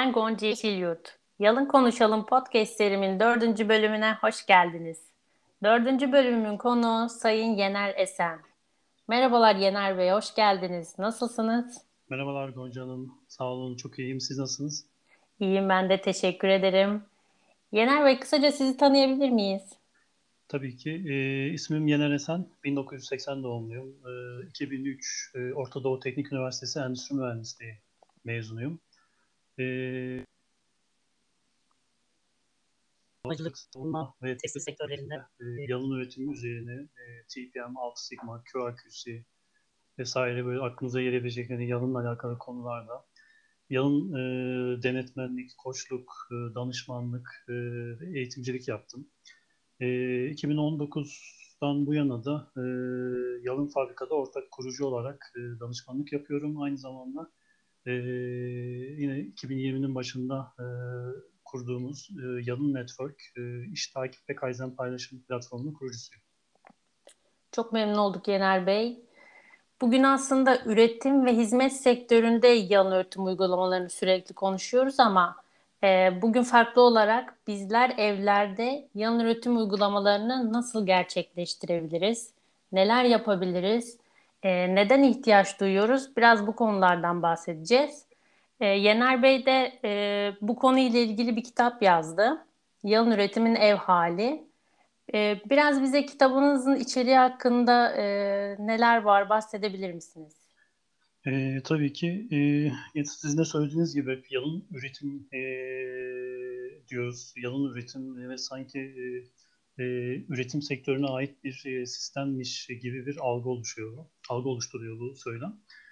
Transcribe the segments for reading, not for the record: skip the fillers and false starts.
Ben Gonca Yeşilyurt. Yalın Konuşalım podcast serimin 4. bölümüne hoş geldiniz. 4. bölümün konuğu Sayın Yener Esen. Merhabalar Yener Bey, hoş geldiniz. Nasılsınız? Merhabalar Gonca Hanım. Sağ olun. Çok iyiyim. Siz nasılsınız? İyiyim ben de teşekkür ederim. Yener Bey kısaca sizi tanıyabilir miyiz? Tabii ki. İsmim Yener Esen. 1980 doğumluyum. 2003 Orta Doğu Teknik Üniversitesi Endüstri Mühendisliği mezunuyum. Havacılık, savunma ve tekstil sektörlerinde yalın üretimi üzerine TPM, Altı Sigma, QRQC vesaire böyle aklınıza gelebilecek hani yalınla alakalı konularda yalın denetmenlik, koçluk, danışmanlık ve eğitimcilik yaptım. 2019'dan bu yana da Yalın Fabrika'da ortak kurucu olarak danışmanlık yapıyorum. Aynı zamanda e, yine 2020'nin başında kurduğumuz Yalın Network iş takip ve kaizen paylaşım platformunun kurucusuyum. Çok memnun olduk Yener Bey. Bugün aslında üretim ve hizmet sektöründe yalın üretim uygulamalarını sürekli konuşuyoruz ama bugün farklı olarak bizler evlerde yalın üretim uygulamalarını nasıl gerçekleştirebiliriz? Neler yapabiliriz? Neden ihtiyaç duyuyoruz? Biraz bu konulardan bahsedeceğiz. Yener Bey de bu konuyla ilgili bir kitap yazdı. Yalın üretimin ev hali. Biraz bize kitabınızın içeriği hakkında neler var bahsedebilir misiniz? Tabii ki sizin de söylediğiniz gibi hep yalın üretim diyoruz. Yalın üretim ve sanki üretim sektörüne ait bir sistemmiş gibi bir algı oluşuyor. Algı oluşturuyor bu söylem.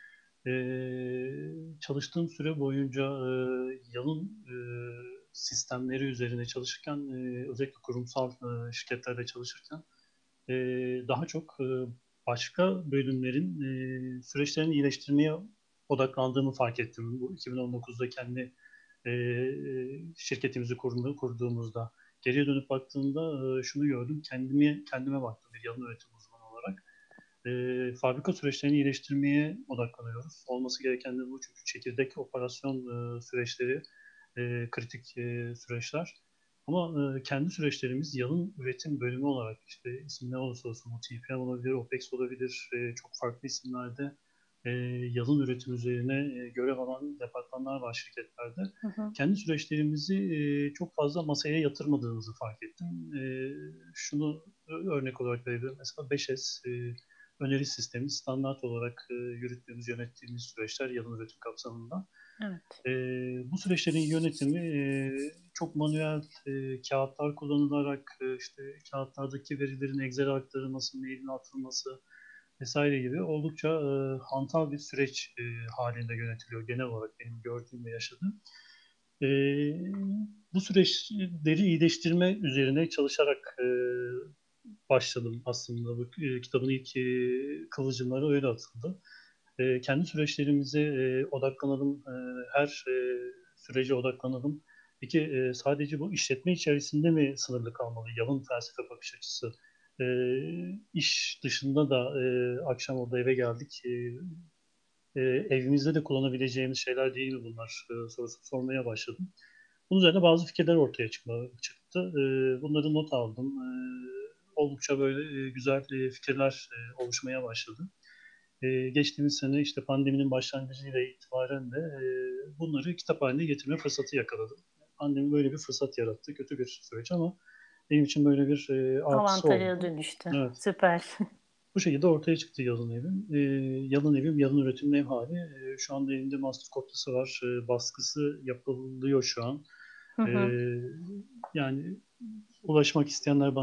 Çalıştığım süre boyunca yalın sistemleri üzerine çalışırken özellikle kurumsal şirketlerde çalışırken e, daha çok başka bölümlerin süreçlerini iyileştirmeye odaklandığımı fark ettim. Bu 2019'da kendi şirketimizi kurduğumuzda geriye dönüp baktığımda şunu gördüm. Kendime baktım bir yalın üretim uzmanı olarak. Fabrika süreçlerini iyileştirmeye odaklanıyoruz. Olması gereken de bu çünkü çekirdek operasyon süreçleri kritik süreçler. Ama kendi süreçlerimiz yalın üretim bölümü olarak işte isim ne olursa olsun bu TPM olabilir, OPEX olabilir, çok farklı isimlerde yalın üretim üzerine görev alan departmanlar var şirketlerde. Hı hı. Kendi süreçlerimizi çok fazla masaya yatırmadığımızı fark ettim. Şunu örnek olarak verebilirim. Mesela 5S öneri sistemi standart olarak yürüttüğümüz, yönettiğimiz süreçler yalın üretim kapsamında. Evet. Bu süreçlerin yönetimi çok manuel kağıtlar kullanılarak işte kağıtlardaki verilerin Excel'e aktarılması, mailin atılması vesaire gibi oldukça hantal bir süreç halinde yönetiliyor genel olarak benim gördüğüm ve yaşadığım. E, Bu süreçleri iyileştirme üzerine çalışarak başladım aslında. Bu kitabın ilk kıvılcımları öyle atıldı. Kendi süreçlerimize odaklanalım, her sürece odaklanalım. Peki sadece bu işletme içerisinde mi sınırlı kalmalı? Yalın felsefe bakış açısı. E, iş dışında da akşam orada eve geldik. Evimizde de kullanabileceğimiz şeyler değil mi bunlar sorusu sormaya başladım. Bunun üzerine bazı fikirler ortaya çıktı. Bunları not aldım. Oldukça böyle güzel fikirler oluşmaya başladı. Geçtiğimiz sene işte pandeminin başlangıcıyla itibaren de bunları kitap haline getirme fırsatı yakaladım. Pandemi böyle bir fırsat yarattı. Kötü bir süreç ama benim için böyle bir artısı Avantaja oldu. dönüştü. Evet. Süper. Bu şekilde ortaya çıktı Yalın Evim. Yalın Evim, Yalın Üretim ev hali. Şu anda elimde master kopyası var. Baskısı yapılıyor şu an. Hı E, hı. Yani ulaşmak isteyenler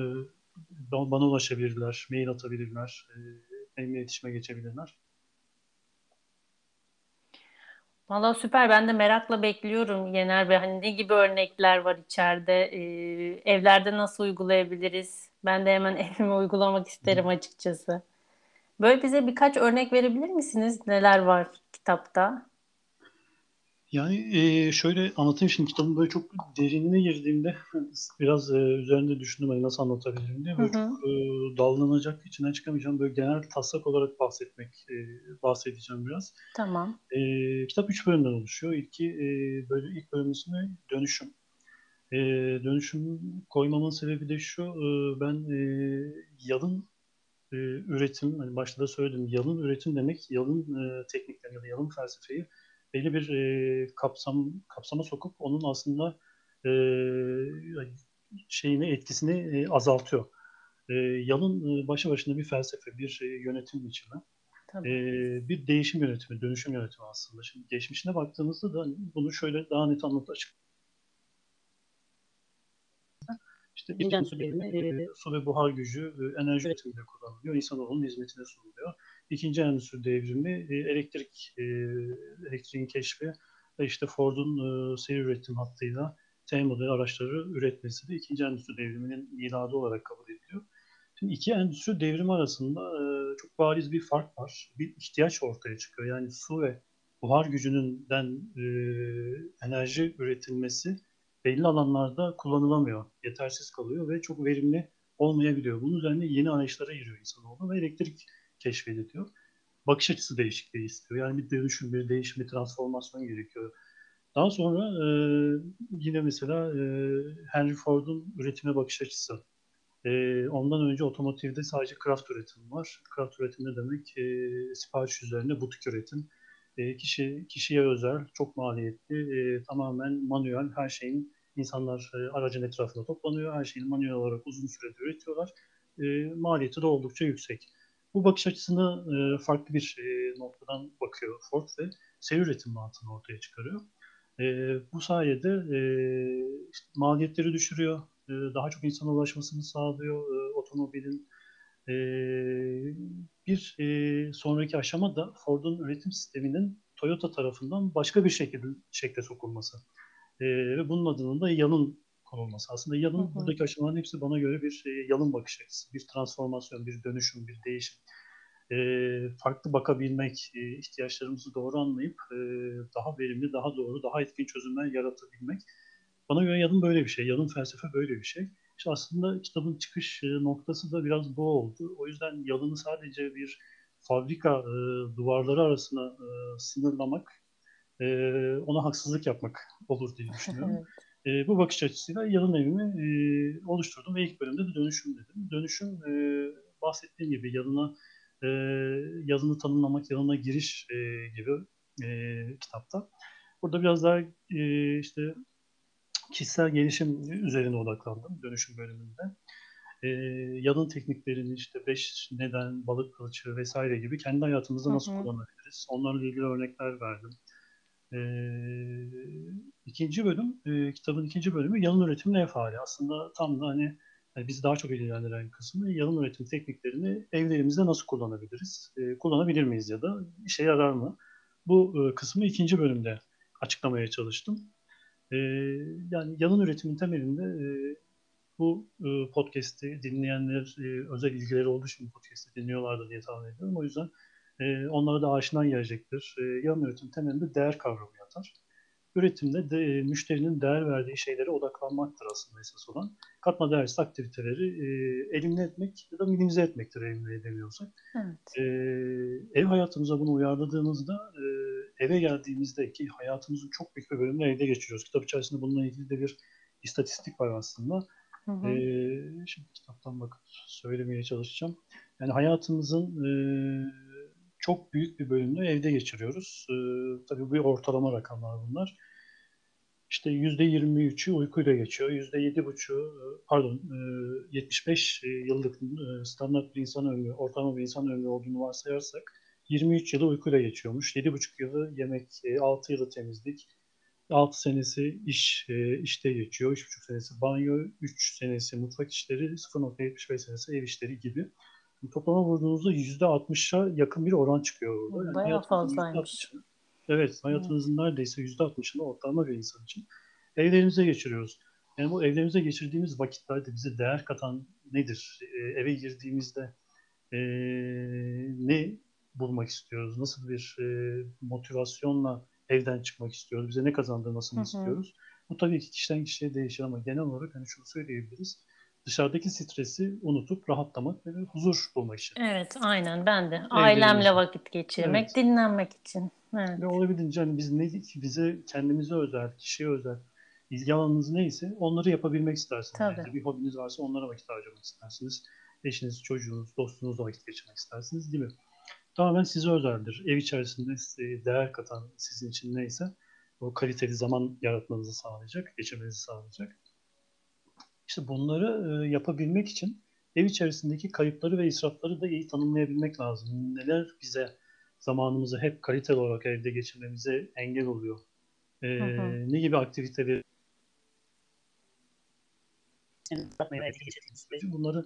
bana ulaşabilirler, mail atabilirler, benimle iletişime geçebilirler. Valla süper. Ben de merakla bekliyorum Yener Bey. Hani ne gibi örnekler var içeride? Evlerde nasıl uygulayabiliriz? Ben de hemen evime uygulamak isterim açıkçası. Böyle bize birkaç örnek verebilir misiniz? Neler var kitapta? Yani şöyle anlatayım, şimdi kitabın böyle çok derinine girdiğimde biraz üzerinde düşündüm hani nasıl anlatabilirim diye. Hı Böyle çok hı. dallanacak, içinden çıkamayacağım, böyle genel taslak olarak bahsedeceğim biraz. Tamam. Kitap 3 bölümden oluşuyor. Böyle ilk bölümün ismi Dönüşüm. E, Dönüşüm koymamın sebebi de şu: ben yalın üretim, hani başta da söyledim, yalın üretim demek, yalın teknikler ya da yalın felsefeyi belli bir kapsama sokup onun aslında e, etkisini azaltıyor. Yalın başlı başına bir felsefe, bir yönetim biçimi, e, Tabii. bir değişim yönetimi, dönüşüm yönetimi aslında. Şimdi geçmişine baktığımızda da hani bunu şöyle daha net açık. İşte birinci endüstri devrimi su ve buhar gücü enerji üretiminde kullanılıyor. İnsanoğlunun hizmetine sunuluyor. İkinci endüstri devrimi elektriğin keşfi ve işte Ford'un seri üretim hattıyla T model araçları üretmesi de ikinci endüstri devriminin miladı olarak kabul ediliyor. Şimdi iki endüstri devrimi arasında çok bariz bir fark var. Bir ihtiyaç ortaya çıkıyor. Yani su ve buhar gücünden enerji üretilmesi belli alanlarda kullanılamıyor, yetersiz kalıyor ve çok verimli olmayabiliyor. Bunun üzerine yeni arayışlara giriyor insanoğlu ve elektrik keşfediliyor. Bakış açısı değişikliği istiyor. Yani bir dönüşüm, bir değişim, bir transformasyon gerekiyor. Daha sonra yine mesela Henry Ford'un üretime bakış açısı. Ondan önce otomotivde sadece kraft üretimi var. Kraft üretimi ne demek? Sipariş üzerine butik üretim. Kişiye özel, çok maliyetli, tamamen manuel, her şeyin insanlar aracın etrafında toplanıyor. Her şeyini manuel olarak uzun sürede üretiyorlar. Maliyeti de oldukça yüksek. Bu bakış açısını farklı bir noktadan bakıyor Ford ve seri üretim mantığını ortaya çıkarıyor. Bu sayede işte maliyetleri düşürüyor, daha çok insana ulaşmasını sağlıyor otomobilin. E, Bir sonraki aşama da Ford'un üretim sisteminin Toyota tarafından başka bir şekle sokulması. Ve bunun adının da yalın konulması. Aslında Hı yalın, hı. buradaki aşamaların hepsi bana göre bir yalın bakış açısı, bir transformasyon, bir dönüşüm, bir değişim. Farklı bakabilmek, ihtiyaçlarımızı doğru anlayıp daha verimli, daha doğru, daha etkin çözümler yaratabilmek. Bana göre yalın böyle bir şey, yalın felsefe böyle bir şey. İşte aslında kitabın çıkış noktası da biraz bu oldu. O yüzden yalını sadece bir fabrika duvarları arasına sınırlamak, ona haksızlık yapmak olur diye düşünüyorum. Evet. Bu bakış açısıyla yalın evimi oluşturdum ve ilk bölümde de dönüşüm dedim. Dönüşüm, bahsettiğim gibi e, yalını tanımlamak, yalına giriş gibi kitapta. Burada biraz daha işte kişisel gelişim üzerine odaklandım dönüşüm bölümünde. E, Yalın tekniklerini işte 5 neden, balık kılıçı vesaire gibi kendi Hı hayatımızda nasıl hı. kullanabiliriz? Onlarla ilgili örnekler verdim. İkinci bölüm, kitabın ikinci bölümü yalın üretim ne faali? Aslında tam da hani bizi daha çok ilgilendiren kısmı, yalın üretim tekniklerini evlerimizde nasıl kullanabiliriz? Kullanabilir miyiz ya da işe yarar mı? Bu kısmı ikinci bölümde açıklamaya çalıştım. E, Yani yalın üretimin temelinde bu podcast'i dinleyenler özel ilgileri olduğu için bu podcast'i dinliyorlardı diye tahmin ediyorum. O yüzden onlara da aşina gelecektir. Yalın üretim temelinde değer kavramı yatar. Üretimde de müşterinin değer verdiği şeylere odaklanmaktır aslında esas olan. Katma değersiz aktiviteleri elimine etmek ya da minimize etmektir elimine edemiyorsak. Evet. E, Ev hayatımıza bunu uyarladığımızda eve geldiğimizde ki hayatımızın çok büyük bir bölümünü evde geçiriyoruz. Kitap içerisinde bununla ilgili de bir istatistik var aslında. Hı hı. Şimdi kitaptan bakıp söylemeye çalışacağım. Yani hayatımızın çok büyük bir bölümünü evde geçiriyoruz. Tabii bu ortalama rakamlar bunlar. İşte %23'ü uykuyla geçiyor. %7,5'u, pardon, 75 yıllık standart bir insan ömrü, ortalama bir insan ömrü olduğunu varsayarsak 23 yılı uykuyla geçiyormuş. 7,5 yılı yemek, 6 yılı temizlik, 6 senesi işte geçiyor. 3,5 senesi banyo, 3 senesi mutfak işleri, 0,75 senesi ev işleri gibi. Toplama vurduğunuzda %60'a yakın bir oran çıkıyor orada. Yani Bayağı hayatımızın fazlaymış. %60'ını, evet, Evet. hayatımızın neredeyse %60'ını ortalama bir insan için evlerimize geçiriyoruz. Yani bu evlerimize geçirdiğimiz vakitlerde bize değer katan nedir? Eve girdiğimizde ne bulmak istiyoruz? Nasıl bir motivasyonla evden çıkmak istiyoruz, bize ne Hı kazandırmasını hı. istiyoruz. Bu tabii ki kişiden kişiye değişir ama genel olarak hani şunu söyleyebiliriz. Dışarıdaki stresi unutup rahatlamak ve huzur bulmak için Evet, aynen ben de. Ailemle evlerimizde. vakit geçirmek, Evet. dinlenmek için. Evet, Ve olabildiğince hani biz ne bize kendimize özel, kişiye özel ilgi alanınız neyse onları yapabilmek istersiniz tabii. evde. Bir hobiniz varsa onlara vakit harcamak istersiniz. Eşiniz, çocuğunuz, dostunuzla vakit geçirmek istersiniz gibi. Tamamen size özeldir. Ev içerisinde size değer katan sizin için neyse o kaliteli zaman yaratmanızı sağlayacak, geçirmenizi sağlayacak. İşte bunları yapabilmek için ev içerisindeki kayıpları ve israfları da iyi tanımlayabilmek lazım. Neler bize zamanımızı hep kaliteli olarak evde geçirmemize engel oluyor? Hı hı. Ne gibi aktiviteleri yapmaya evde geçirdiğimiz sürece bunları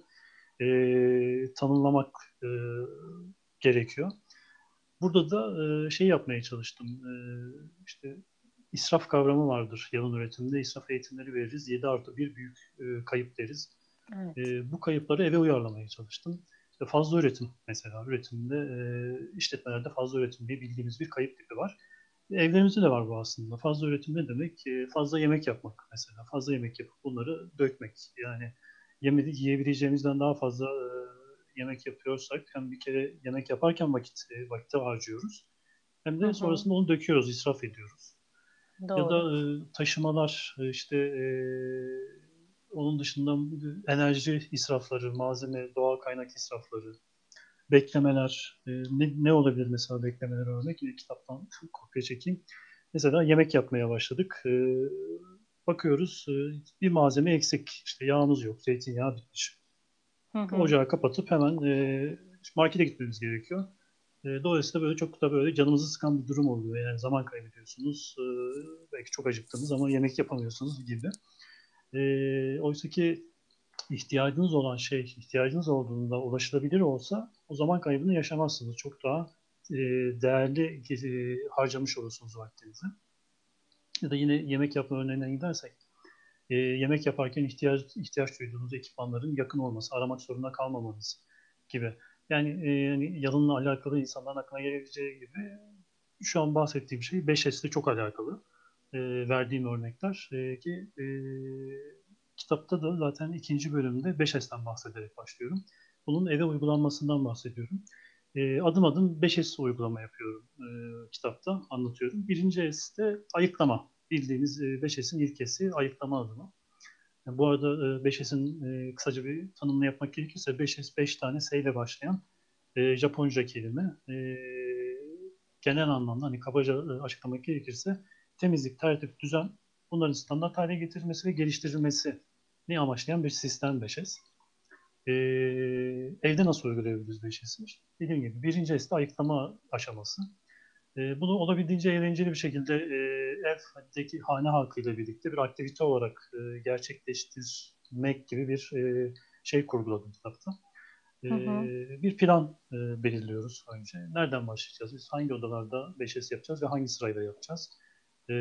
tanımlamak e, gerekiyor. Burada da şey yapmaya çalıştım. İşte israf kavramı vardır yalın üretimde. İsraf eğitimleri veririz. 7+1 büyük kayıp deriz. Evet. Bu kayıpları eve uyarlamaya çalıştım. İşte fazla üretim mesela. Üretimde, işletmelerde fazla üretim diye bildiğimiz bir kayıp tipi var. Evlerimizde de var bu aslında. Fazla üretim ne demek? Fazla yemek yapmak mesela. Fazla yemek yapıp bunları dökmek. Yani yiyebileceğimizden daha fazla yemek yapıyorsak hem bir kere yemek yaparken vakitte harcıyoruz. Hem Hı de hı. sonrasında onu döküyoruz, israf ediyoruz. Ya Doğru. da taşımalar, işte onun dışında enerji israfları, malzeme, doğal kaynak israfları, beklemeler, ne olabilir mesela beklemeler örnek? Yine kitaptan kopya çekeyim. Mesela yemek yapmaya başladık. Bakıyoruz bir malzeme eksik. İşte yağımız yok, zeytinyağı bitmiş. Hı hı. Ocağı kapatıp hemen markete gitmemiz gerekiyor. Dolayısıyla böyle çok da böyle canımızı sıkan bir durum oluyor. Yani zaman kaybediyorsunuz. Belki çok acıktınız ama yemek yapamıyorsunuz gibi. Oysa ki ihtiyacınız olan şey, ihtiyacınız olduğunda ulaşılabilir olsa o zaman kaybını yaşamazsınız. Çok daha değerli harcamış olursunuz vaktinizi. Ya da yine yemek yapma örneğine gidersek, yemek yaparken ihtiyaç duyduğunuz ekipmanların yakın olması, aramak zorunda kalmamanız gibi. Yani yanınla alakalı insanların aklına gelebileceği gibi şu an bahsettiğim şey 5S'le çok alakalı. Verdiğim örnekler ki kitapta da zaten ikinci bölümde 5S'ten bahsederek başlıyorum. Bunun eve uygulanmasından bahsediyorum. Adım adım 5S uygulama yapıyorum kitapta, anlatıyorum. Birinci S de ayıklama. Bildiğimiz 5S'in ilk S'i ayıklama adımı. Yani bu arada 5S'in kısaca bir tanımını yapmak gerekirse 5S 5 tane S ile başlayan Japonca kelime. Genel anlamda hani kabaca açıklamak gerekirse temizlik, tertip, düzen bunların standart hale getirilmesi ve geliştirilmesi ne amaçlayan bir sistem 5S. Evde nasıl uygulayabiliriz 5S'i? Dediğim gibi birinci S de ayıklama aşaması. Bunu olabildiğince eğlenceli bir şekilde evdeki hane halkıyla birlikte bir aktivite olarak gerçekleştirmek gibi bir şey kurguladım kitapta. Hı hı. Bir plan belirliyoruz önce. Nereden başlayacağız? Biz hangi odalarda 5S yapacağız ve hangi sırayla yapacağız? E,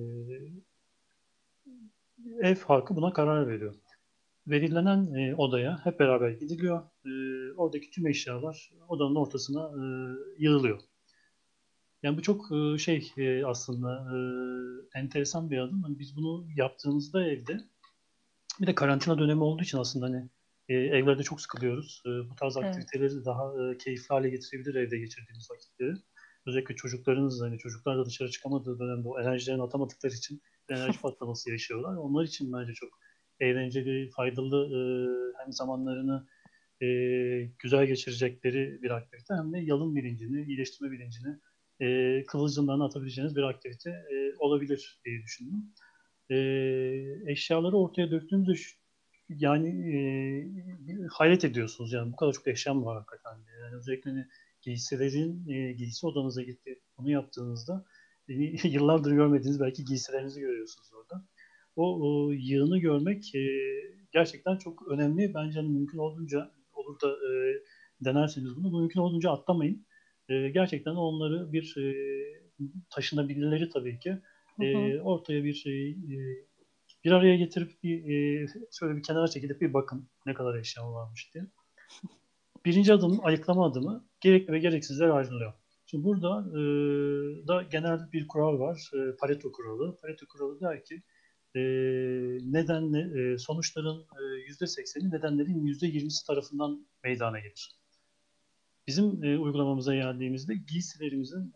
Ev halkı buna karar veriyor. Belirlenen odaya hep beraber gidiliyor. Oradaki tüm eşyalar odanın ortasına yığılıyor. Yani bu çok aslında enteresan bir adım. Hani biz bunu yaptığımızda evde bir de karantina dönemi olduğu için aslında hani evlerde çok sıkılıyoruz. Bu tarz Evet. aktiviteleri de daha keyifli hale getirebilir evde geçirdiğimiz vakitleri. Özellikle çocuklarınız hani çocuklar da dışarı çıkamadığı dönemde o enerjilerini atamadıkları için enerji patlaması yaşıyorlar. Onlar için bence çok eğlenceli, faydalı hem zamanlarını güzel geçirecekleri bir aktivite hem de yalın bilincini, iyileştirme bilincini kıvılcımlarını atabileceğiniz bir aktivite olabilir diye düşündüm. Eşyaları ortaya döktüğünüzde yani hayret ediyorsunuz yani bu kadar çok eşyam var hakikaten diye. Yani özellikle hani giysi odanıza gidip bunu yaptığınızda yıllardır görmediğiniz belki giysilerinizi görüyorsunuz orada. O yığını görmek gerçekten çok önemli. Bence hani mümkün olduğunca olur da denerseniz bunu mümkün olduğunca atlamayın. Gerçekten onları taşınabilirleri tabii ki Hı hı. ortaya bir araya getirip şöyle bir kenara çekilip bir bakın ne kadar eşya varmış diye. Birinci adım ayıklama adımı gerekli ve gereksizler ayrılıyor. Şimdi burada da genel bir kural var. Pareto kuralı. Pareto kuralı der ki e, sonuçların %80'i nedenlerin %20'si tarafından meydana gelir. Bizim uygulamamıza geldiğimizde giysilerimizin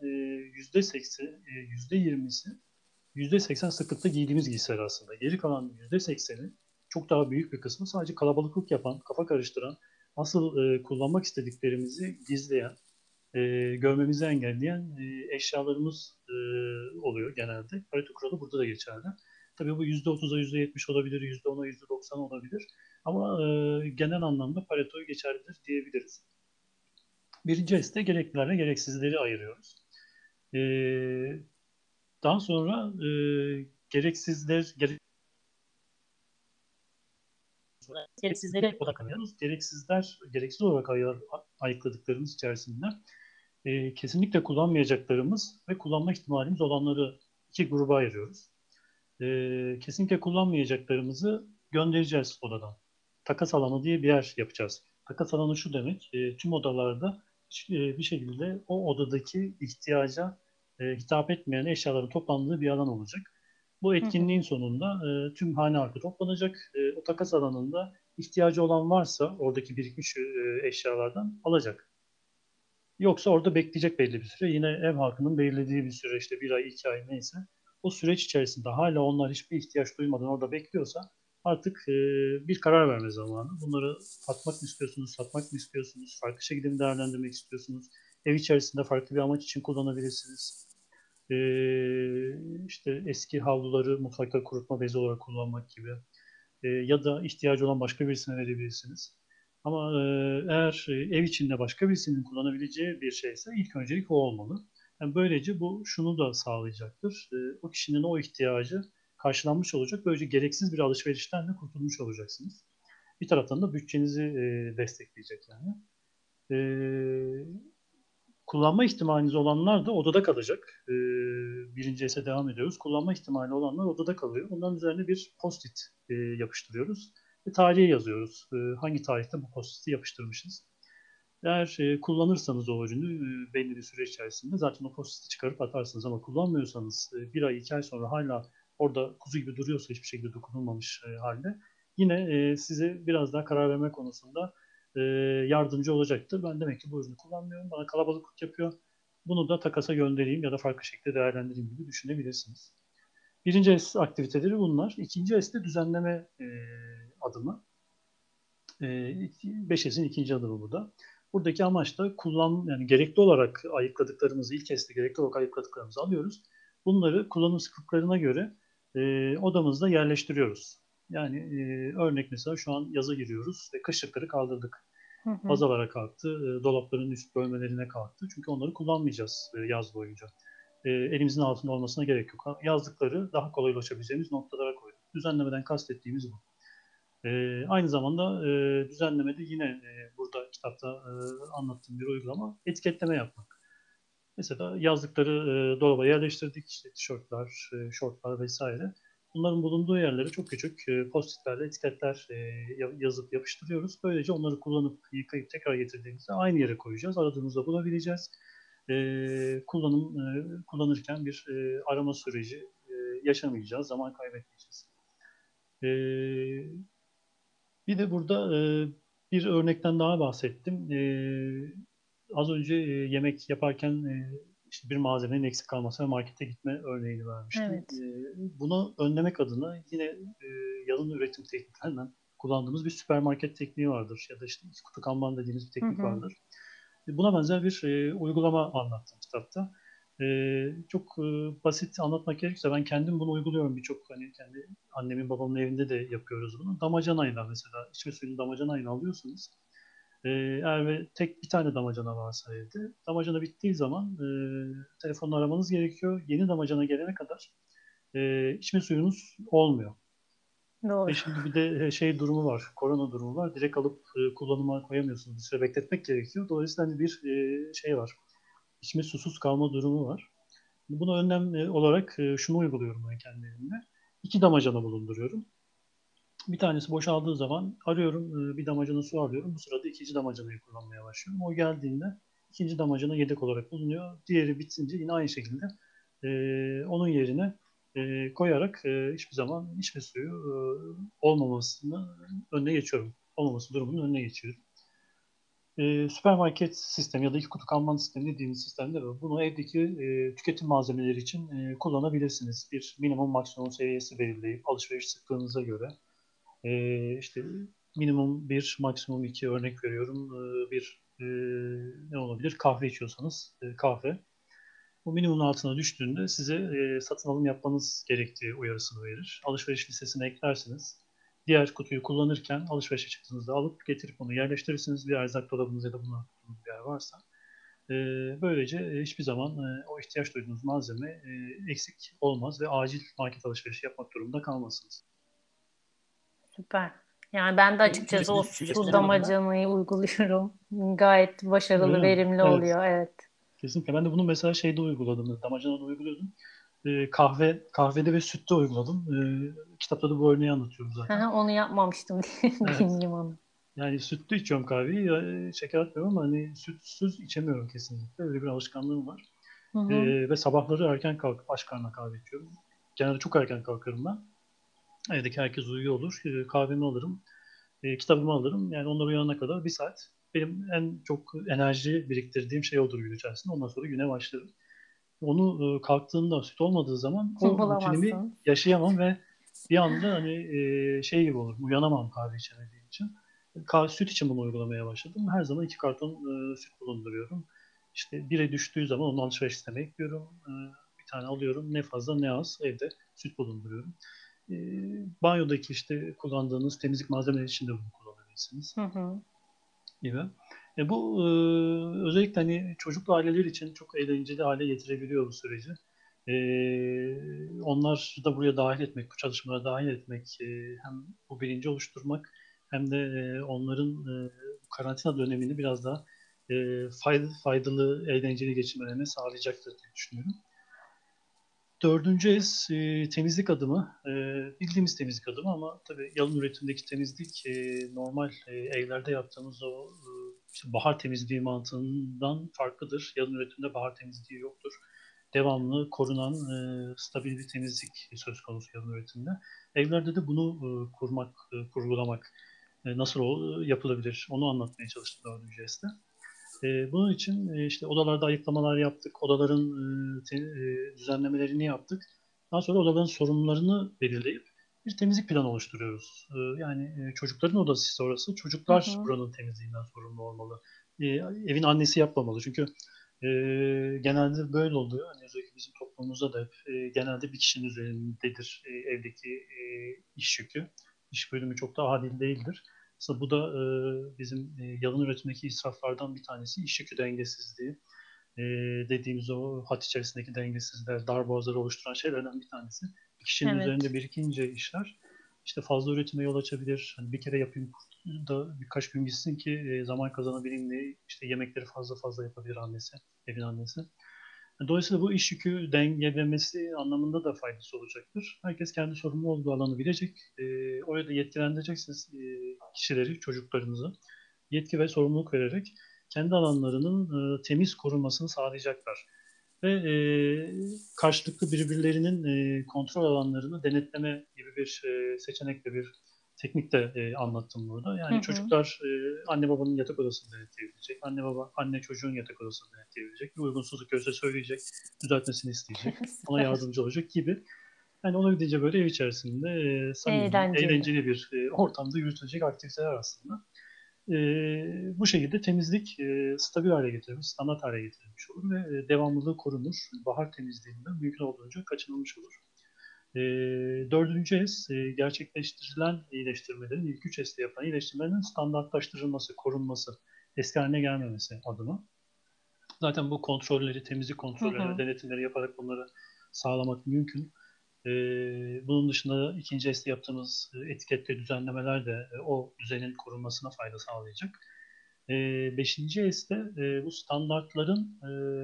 %20'si %80 sıklıkta giydiğimiz giysiler aslında. Geri kalan %80'i çok daha büyük bir kısmı sadece kalabalıklık yapan, kafa karıştıran, asıl kullanmak istediklerimizi gizleyen, görmemizi engelleyen eşyalarımız oluyor genelde. Pareto kuralı burada da geçerli. Tabii bu %30'a %70 olabilir, %10'a %90 olabilir. Ama genel anlamda Pareto'yu geçerlidir diyebiliriz. Birinci este gereklilerle gereksizleri ayırıyoruz. E, Daha sonra gereksizlere odaklanıyoruz. Gereksiz olarak ayıkladıklarımız içerisinde kesinlikle kullanmayacaklarımız ve kullanma ihtimalimiz olanları iki gruba ayırıyoruz. Kesinlikle kullanmayacaklarımızı göndereceğiz odadan. Takas alanı diye bir yer yapacağız. Takas alanı şu demek, tüm odalarda bir şekilde o odadaki ihtiyaca hitap etmeyen eşyaların toplandığı bir alan olacak. Bu Hı hı. etkinliğin sonunda tüm hane halkı toplanacak. O takas alanında ihtiyacı olan varsa oradaki birikmiş eşyalardan alacak. Yoksa orada bekleyecek belli bir süre. Yine ev halkının belirlediği bir süre, işte bir ay, iki ay neyse. O süreç içerisinde hala onlar hiçbir ihtiyaç duymadan orada bekliyorsa artık bir karar verme zamanı. Bunları atmak mı istiyorsunuz, satmak mı istiyorsunuz, farklı şekilde mi değerlendirmek istiyorsunuz? Ev içerisinde farklı bir amaç için kullanabilirsiniz. İşte eski havluları mutfakta kurutma bezi olarak kullanmak gibi. Ya da ihtiyacı olan başka birisine verebilirsiniz. Ama eğer ev içinde başka birisinin kullanabileceği bir şeyse ilk öncelik o olmalı. Yani böylece bu şunu da sağlayacaktır. O kişinin o ihtiyacı karşılanmış olacak. Böylece gereksiz bir alışverişten de kurtulmuş olacaksınız. Bir taraftan da bütçenizi destekleyecek yani. E, Kullanma ihtimaliniz olanlar da odada kalacak. Birinci ese devam ediyoruz. Kullanma ihtimali olanlar odada kalıyor. Onların üzerine bir post-it yapıştırıyoruz. Ve tarihi yazıyoruz. Hangi tarihte bu post-it'i yapıştırmışız. Eğer kullanırsanız o ürünü belli bir süre içerisinde zaten o post-it'i çıkarıp atarsınız. Ama kullanmıyorsanız bir ay, iki ay sonra hala orada kuzu gibi duruyorsa hiçbir şekilde dokunulmamış halde yine size biraz daha karar verme konusunda e, yardımcı olacaktır. Ben demek ki bu ürünü kullanmıyorum. Bana kalabalıklık yapıyor. Bunu da takasa göndereyim ya da farklı şekilde değerlendireyim gibi düşünebilirsiniz. Birinci es aktiviteleri bunlar. İkinci es de düzenleme adımı. 5S'in ikinci adımı bu da. Buradaki amaç da yani gerekli olarak ayıkladıklarımızı, ilk kez de gerekli olarak ayıkladıklarımızı alıyoruz. Bunları kullanım sıklıklarına göre odamızda yerleştiriyoruz. Yani örnek mesela şu an yaza giriyoruz ve kışlıkları kaldırdık. Hı hı. Bazalara kalktı, dolapların üst bölmelerine kalktı. Çünkü onları kullanmayacağız yaz boyunca. Elimizin altında olmasına gerek yok. Yazlıkları daha kolay ulaşabileceğimiz noktalara koyduk. Düzenlemeden kastettiğimiz bu. Aynı zamanda düzenlemede yine burada kitapta anlattığım bir uygulama etiketleme yapmak. Mesela yazlıkları dolaba yerleştirdik, işte tişörtler, şortlar vesaire. Bunların bulunduğu yerlere çok küçük post-itlerle etiketler yazıp yapıştırıyoruz. Böylece onları kullanıp yıkayıp tekrar getirdiğimizde aynı yere koyacağız. Aradığımızda bulabileceğiz. Kullanırken bir arama süreci yaşamayacağız, zaman kaybetmeyeceğiz. E, Bir de burada bir örnekten daha bahsettim. Az önce yemek yaparken işte bir malzemenin eksik kalması ve markete gitme örneğini vermiştim. Evet. Bunu önlemek adına yine yalın üretim tekniklerinden kullandığımız bir süpermarket tekniği vardır. Ya da işte iki kutu kanban dediğimiz bir Hı teknik hı. vardır. Buna benzer bir uygulama anlattım kitapta. Çok basit anlatmak gerekirse ben kendim bunu uyguluyorum. Birçok hani kendi annemin babamın evinde de yapıyoruz bunu. Damacanayla mesela içme suyunu damacanayla alıyorsunuz. Eğer ve tek bir tane damacana varsa evde, damacana bittiği zaman telefonla aramanız gerekiyor. Yeni damacana gelene kadar içme suyunuz olmuyor. Doğru. Ve şimdi bir de şey durumu var, korona durumu var. Direkt alıp kullanıma koyamıyorsunuz. Bir süre bekletmek gerekiyor. Dolayısıyla hani bir şey var. İçme susuz kalma durumu var. Buna önlem olarak şunu uyguluyorum ben kendi evimde. İki damacana bulunduruyorum. Bir tanesi boşaldığı zaman arıyorum, bir damacana su alıyorum. Bu sırada ikinci damacanayı kullanmaya başlıyorum. O geldiğinde ikinci damacana yedek olarak bulunuyor. Diğeri bitince yine aynı şekilde onun yerine koyarak hiçbir zaman içme suyu olmamasını önüne geçiyorum. Olmaması durumunun önüne geçiyorum. Süpermarket sistemi ya da iki kutu kanman sistemi dediğimiz sistemde var. Bunu evdeki tüketim malzemeleri için kullanabilirsiniz. Bir minimum maksimum seviyesi belirleyip alışveriş sıklığınıza göre işte minimum bir, maksimum iki örnek veriyorum. Bir ne olabilir? Kahve içiyorsanız kahve. Bu minimumun altına düştüğünde size satın alım yapmanız gerektiği uyarısını verir. Alışveriş listesine eklersiniz. Diğer kutuyu kullanırken alışverişe çıktığınızda alıp getirip onu yerleştirirsiniz. Bir erzak dolabınız ya da buna tuttuğunuz bir yer varsa. Böylece hiçbir zaman o ihtiyaç duyduğunuz malzeme eksik olmaz ve acil market alışverişi yapmak durumunda kalmazsınız. Süper. Yani ben de açıkçası o su Tüketim adına damacanayı uyguluyorum. Gayet öyle başarılı, mi? verimli Evet. oluyor. Evet. Kesinlikle. Ben de bunu mesela şeyde uyguladım. Damacanada uyguluyordum. Kahvede ve sütte uyguladım. Kitapta da bu örneği anlatıyorum zaten. Onu yapmamıştım diye Evet. dinleyeyim onu. Yani sütlü içiyorum kahveyi. Ya, şeker atmıyorum ama hani sütsüz içemiyorum kesinlikle. Öyle bir alışkanlığım var. Hı hı. Ve sabahları erken kalkıp aç karnına kahve içiyorum. Genelde çok erken kalkarım ben. Evdeki herkes uyuyor olur. Kahvemi alırım. Kitabımı alırım. Yani onlar uyanana kadar bir saat. Benim en çok enerji biriktirdiğim şey odur gün içerisinde. Ondan sonra güne başlarım. Onu kalktığında süt olmadığı zaman o rutinimi Bulamazsın. yaşayamam ve bir anda hani şey gibi olur. Uyanamam kahve içemediğim için. Süt için bunu uygulamaya başladım. Her zaman iki karton süt bulunduruyorum. İşte bire düştüğü zaman onu alışveriş sistemine ekliyorum. Bir tane alıyorum. Ne fazla ne az evde süt bulunduruyorum. E, Banyodaki işte kullandığınız temizlik malzemeleri için de bunu kullanabilirsiniz Hı hı. gibi. Bu özellikle hani çocuklu aileler için çok eğlenceli hale getirebiliyor bu süreci. Onlar da buraya dahil etmek, bu çalışmalara dahil etmek, hem bu bilinci oluşturmak hem de onların karantina dönemini biraz daha faydalı, eğlenceli geçirmelerini sağlayacaktır diye düşünüyorum. Dördüncü temizlik adımı. Bildiğimiz temizlik adımı ama tabii yalın üretimdeki temizlik normal evlerde yaptığımız o işte bahar temizliği mantığından farklıdır. Yalın üretimde bahar temizliği yoktur. Devamlı korunan stabil bir temizlik söz konusu yalın üretimde. Evlerde de bunu kurgulamak nasıl yapılabilir onu anlatmaya çalıştım dördüncü S'te. Bunun için işte odalarda ayıklamalar yaptık, odaların düzenlemelerini yaptık. Daha sonra odaların sorumlularını belirleyip bir temizlik planı oluşturuyoruz. Yani çocukların odası ise orası, Hı çocuklar hı. buranın temizliğinden sorumlu olmalı. Evin annesi yapmamalı çünkü genelde böyle oluyor. Hani özellikle bizim toplumumuzda da hep genelde bir kişinin üzerindedir evdeki iş yükü. İş bölümü çok da adil değildir. Aslında bu da bizim yalın üretimdeki israflardan bir tanesi iş yükü dengesizliği. E, Dediğimiz o hat içerisindeki dengesizlikler, darboğazları oluşturan şeylerden bir tanesi. Bir kişinin üzerinde Evet. birikince işler işte fazla üretime yol açabilir. Hani bir kere yapayım da birkaç gün gitsin ki zaman kazanabileyim diye işte yemekleri fazla fazla yapabilir annesi, evin annesi. Dolayısıyla bu iş yükü dengelemesi anlamında da faydası olacaktır. Herkes kendi sorumlu olduğu alanı bilecek. Orada yetkilendireceksiniz kişileri, çocuklarınızı. Yetki ve sorumluluk vererek kendi alanlarının temiz korunmasını sağlayacaklar. Ve karşılıklı birbirlerinin kontrol alanlarını denetleme gibi bir seçenek ve bir teknik de anlattım burada. Hı Yani hı. çocuklar anne babanın yatak odasını denetleyebilecek, anne çocuğun yatak odasını denetleyebilecek, bir uygunsuzluk görse söyleyecek, düzeltmesini isteyecek, ona Süper. yardımcı olacak gibi. Yani olabildiğince böyle ev içerisinde samimi, Eğlenceli. eğlenceli bir ortamda yürütülecek aktiviteler aslında. Bu şekilde temizlik stabil hale getirilmiş, standart hale getirilmiş olur ve devamlılığı korunur. Bahar temizliğinden mümkün olduğunca kaçınılmış olur. Dördüncü gerçekleştirilen iyileştirmelerin, ilk üç S'te yapılan iyileştirmelerin standartlaştırılması, korunması, eski haline gelmemesi adına. Zaten bu kontrolleri, temizlik Hı kontrollerini, hı. denetimleri yaparak bunları sağlamak mümkün. Bunun dışında ikinci S'te yaptığımız etikette düzenlemeler de o düzenin korunmasına fayda sağlayacak. Beşinci S'te bu standartların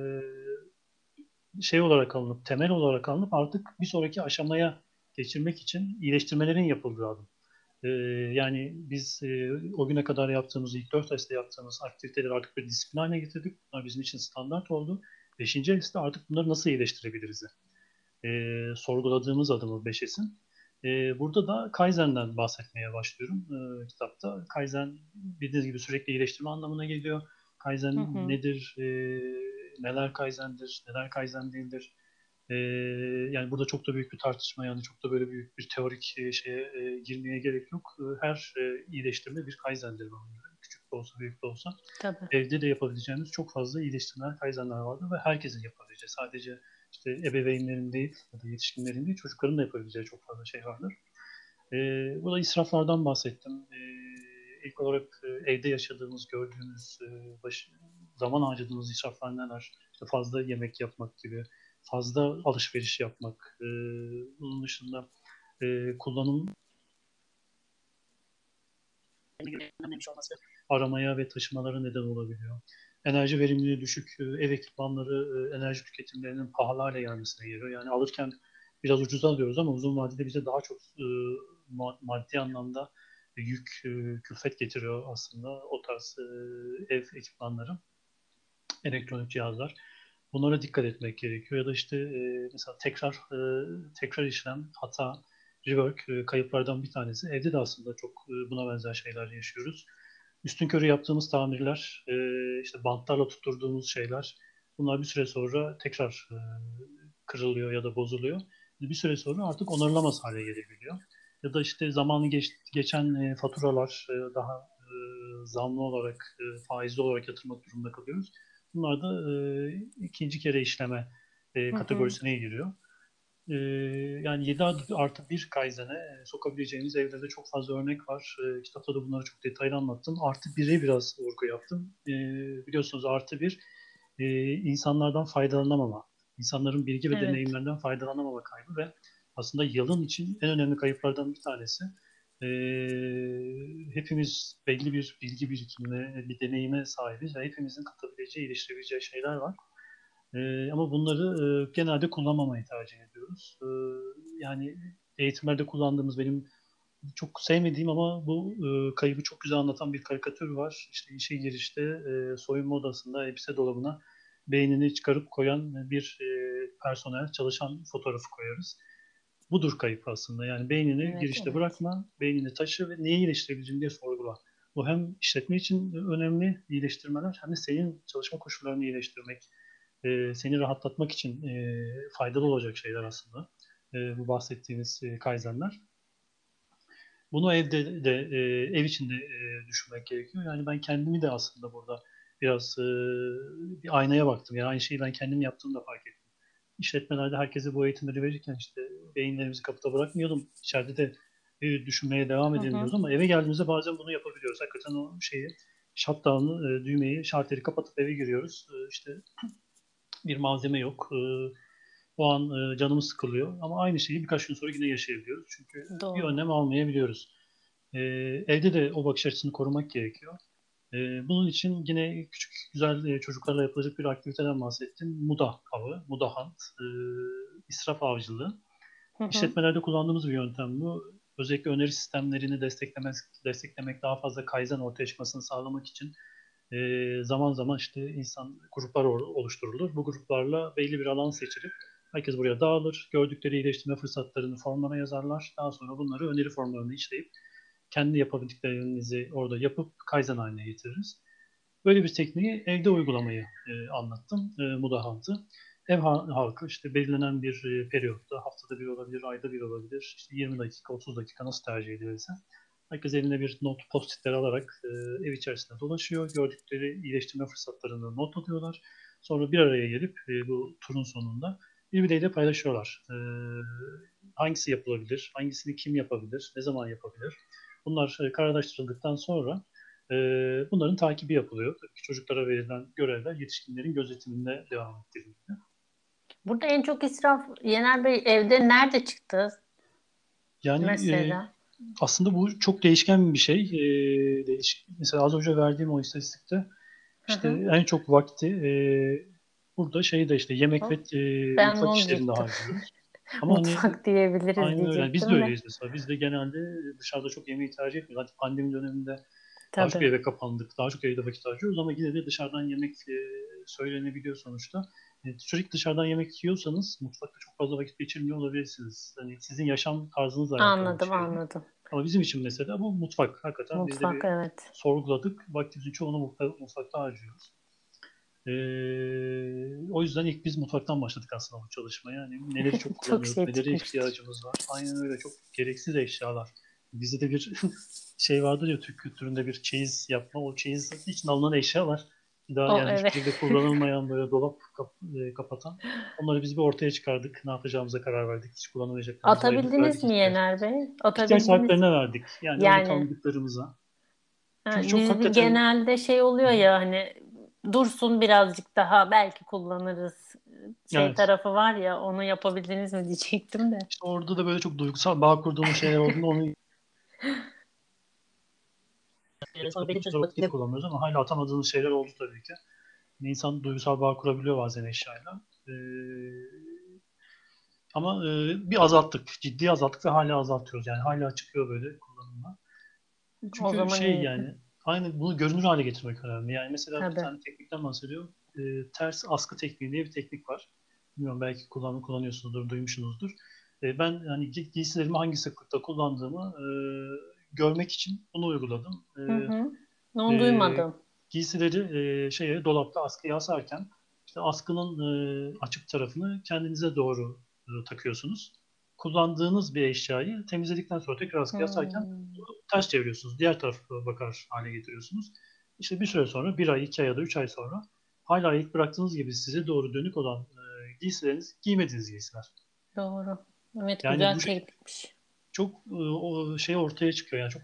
şey olarak alınıp, temel olarak alınıp artık bir sonraki aşamaya geçirmek için iyileştirmelerin yapıldığı adım. E, Yani biz o güne kadar yaptığımız, ilk 4 testte yaptığımız aktiviteleri artık bir disiplin haline getirdik. Bunlar bizim için standart oldu. Beşinci testte artık bunları nasıl iyileştirebiliriz? Sorguladığımız adımı 5S'in. Burada da Kaizen'den bahsetmeye başlıyorum kitapta. Kaizen bildiğiniz gibi sürekli iyileştirme anlamına geliyor. Hı Kaizen hı. nedir? Neler Kaizen'dir? Neler Kaizen değildir? Ee, Yani burada çok da büyük bir tartışma, yani çok da böyle büyük bir teorik şeye girmeye gerek yok. Her iyileştirme bir Kaizen'dir bana göre. Küçük de olsa büyük de olsa. Tabii. Evde de yapabileceğimiz çok fazla iyileştirmeler, Kaizen'ler vardır ve herkesin yapabileceği, sadece işte ebeveynlerin değil ya da yetişkinlerin değil, çocukların da yapabileceği çok fazla şey vardır. Burada israflardan bahsettim. İlk olarak evde yaşadığımız, gördüğümüz, zaman harcadığımız israflar neler? İşte fazla yemek yapmak gibi, fazla alışveriş yapmak. Bunun dışında kullanım önemli olması aramaya ve taşımalara neden olabiliyor. Enerji verimliliği düşük ev ekipmanları enerji tüketimlerinin pahalı hale gelmesine geliyor. Yani alırken biraz ucuza alıyoruz ama uzun vadede bize daha çok maddi anlamda yük, külfet getiriyor aslında o tarz ev ekipmanları, elektronik cihazlar. Bunlara dikkat etmek gerekiyor. Ya da işte mesela tekrar işlem, hata, rework kayıplardan bir tanesi. Evde de aslında çok buna benzer şeyler yaşıyoruz. Üstünkörü yaptığımız tamirler, işte bantlarla tutturduğumuz şeyler, bunlar bir süre sonra tekrar kırılıyor ya da bozuluyor. Bir süre sonra artık onarılamaz hale gelebiliyor. Ya da işte geçen faturalar daha zamlı olarak, faizli olarak yatırmak durumunda kalıyoruz. Bunlar da ikinci kere işleme Hı hı. kategorisine giriyor. E, Yani 7 artı bir Kaizen'e sokabileceğimiz evlerde çok fazla örnek var. Kitapta da bunları çok detaylı anlattım. Artı 1'e biraz vurgu yaptım. Biliyorsunuz artı bir insanlardan faydalanamama, insanların bilgi ve Evet. deneyimlerinden faydalanamama kaybı ve aslında yalın için en önemli kayıplardan bir tanesi. E, Hepimiz belli bir bilgi birikimine, bir deneyime sahibiz ve hepimizin katabileceği, geliştirebileceği şeyler var. Ama bunları genelde kullanmamayı tercih ediyoruz. Yani eğitimlerde kullandığımız, benim çok sevmediğim ama bu kaybı çok güzel anlatan bir karikatür var. İşte işe girişte soyunma odasında elbise dolabına beynini çıkarıp koyan bir personel, çalışan fotoğrafı koyarız. Budur kayıp aslında. Yani beynini Evet, girişte evet. bırakma, beynini taşı ve neyi iyileştirebileceğini diye sorgula. Bu hem işletme için önemli iyileştirmeler hem de senin çalışma koşullarını iyileştirmek, seni rahatlatmak için faydalı olacak şeyler aslında. Bu bahsettiğiniz Kaizen'ler. Bunu evde de ev içinde düşünmek gerekiyor. Yani ben kendimi de aslında burada biraz bir aynaya baktım. Yani aynı şeyi ben kendim yaptığımı da fark ettim. İşletmelerde herkese bu eğitimleri verirken işte beyinlerimizi kapıda bırakmıyordum. İçeride de düşünmeye devam Hı edelim hı. diyoruz ama eve geldiğimizde bazen bunu yapabiliyoruz. Hakikaten o şeyi, shutdown'ı, düğmeyi, şalteri kapatıp eve giriyoruz. İşte bir malzeme yok. O an canımız sıkılıyor ama aynı şeyi birkaç gün sonra yine yaşayabiliyoruz. Çünkü bir Doğru. önlem almayabiliyoruz. Evde de o bakış açısını korumak gerekiyor. Bunun için yine küçük güzel çocuklarla yapılacak bir aktiviteden bahsettim. Muda avı, Muda Hunt, israf avcılığı. Hı hı. İşletmelerde kullandığımız bir yöntem bu. Özellikle öneri sistemlerini desteklemek, daha fazla kaizen ortaya çıkmasını sağlamak için zaman zaman işte insan gruplar oluşturulur. Bu gruplarla belli bir alan seçilip herkes buraya dağılır. Gördükleri iyileştirme fırsatlarını formlara yazarlar. Daha sonra bunları öneri formlarına işleyip kendi yapabildiklerinizi orada yapıp Kaizen haline getiririz. Böyle bir tekniği evde uygulamayı anlattım. Muda Hunt'ı. Halkı işte belirlenen bir periyotta, haftada bir olabilir, ayda bir olabilir, işte 20 dakika, 30 dakika nasıl tercih edilirse. Herkes eline bir not, post-itler alarak ev içerisinde dolaşıyor. Gördükleri iyileştirme fırsatlarını not alıyorlar. Sonra bir araya gelip bu turun sonunda birbirleriyle paylaşıyorlar. Hangisi yapılabilir, hangisini kim yapabilir, ne zaman yapabilir? Bunlar kararlaştırıldıktan sonra e, bunların takibi yapılıyor. Tabii ki çocuklara verilen görevler yetişkinlerin gözetiminde devam ettiriliyor. Burada en çok israf Yener Bey evde nerede çıktı Yani mesela? aslında bu çok değişken bir şey. Mesela az önce verdiğim o istatistikte Hı işte hı. en çok vakti burada şeyde işte yemek ve Ben mutfak onu işlerinde diyecektim. harcıyoruz. Ama hani Mutfak diyebiliriz aynen öyle. Yani biz de diyecektim de. öyleyiz mesela. Biz de genelde dışarıda çok yemeği tercih etmiyoruz. Zaten pandemi döneminde daha çok Tabii. eve kapandık. Daha çok evde vakit harcıyoruz ama yine de dışarıdan yemek söylenebiliyor sonuçta. Sürekli dışarıdan yemek yiyorsanız mutfakta çok fazla vakit geçirmiyor olabilirsiniz. Hani sizin yaşam tarzınızla alakalı bir Anladım, şey bu. Anladım. Ama bizim için mesela bu mutfak. Hakikaten biz de Mutfak, bir evet. sorguladık. Vaktimizin çoğunu mutfakta harcıyoruz. O yüzden ilk biz mutfaktan başladık aslında bu çalışmaya. Yani neleri çok Çok kullanıyoruz, şey nelere çıkmıştır. ihtiyacımız var. Aynen öyle, çok gereksiz eşyalar. Bizde de bir şey vardır ya, Türk kültüründe bir çeyiz yapma. O çeyiz için alınan eşyalar. Bir daha O, yani hiçbir evet. şekilde kullanılmayan, böyle dolap kapatan. Onları biz bir ortaya çıkardık. Ne yapacağımıza karar verdik. Hiç kullanamayacaklarımızı Atabildiniz verdik mi ihtiyaç. Yener Bey? İhtiyaç Atabildiniz mi? sahiplerine verdik. Yani öyle Yani tanıdıklarımıza. Çünkü ha, çok biz hakikaten. genelde şey Hı oluyor hı. ya, hani dursun birazcık daha belki kullanırız şey Evet. tarafı var ya, onu yapabildiniz mi diyecektim de. İşte orada da böyle çok duygusal bağ kurduğumuz şeyler olduğunda onu sonra belli bir süre vakit kullanıyoruz ama hala atamadığımız şeyler oldu tabii ki. İnsan duygusal bağ kurabiliyor bazen eşyayla. Ama bir azalttık. Ciddi azalttık ve hala azaltıyoruz. Yani hala çıkıyor böyle kullanımlar. O Çünkü zaman şey iyi. yani aynı bunu görünür hale getirmek önemli. Yani mesela bir Tabii. tane teknikten bahsediyor. Ters askı tekniği diye bir teknik var. Bilmiyorum, belki kullanıyorsunuzdur, duymuşsunuzdur. Ben hani giysilerimi hangi sıklıkta kullandığımı görmek için bunu uyguladım. Hı hı. Onu E, duymadım. Giysileri dolapta askıya asarken işte askının açık tarafını kendinize doğru takıyorsunuz. Kullandığınız bir eşyayı temizledikten sonra tekrar askıya asarken Hmm. ters çeviriyorsunuz. Diğer tarafa bakar hale getiriyorsunuz. İşte bir süre sonra, bir ay, 2 ay ya da 3 ay sonra hala ilk bıraktığınız gibi size doğru dönük olan giysileriniz giymediğiniz giysiler. Doğru. Evet, Yani güzel bu teknikmiş. çok o şey ortaya çıkıyor, yani çok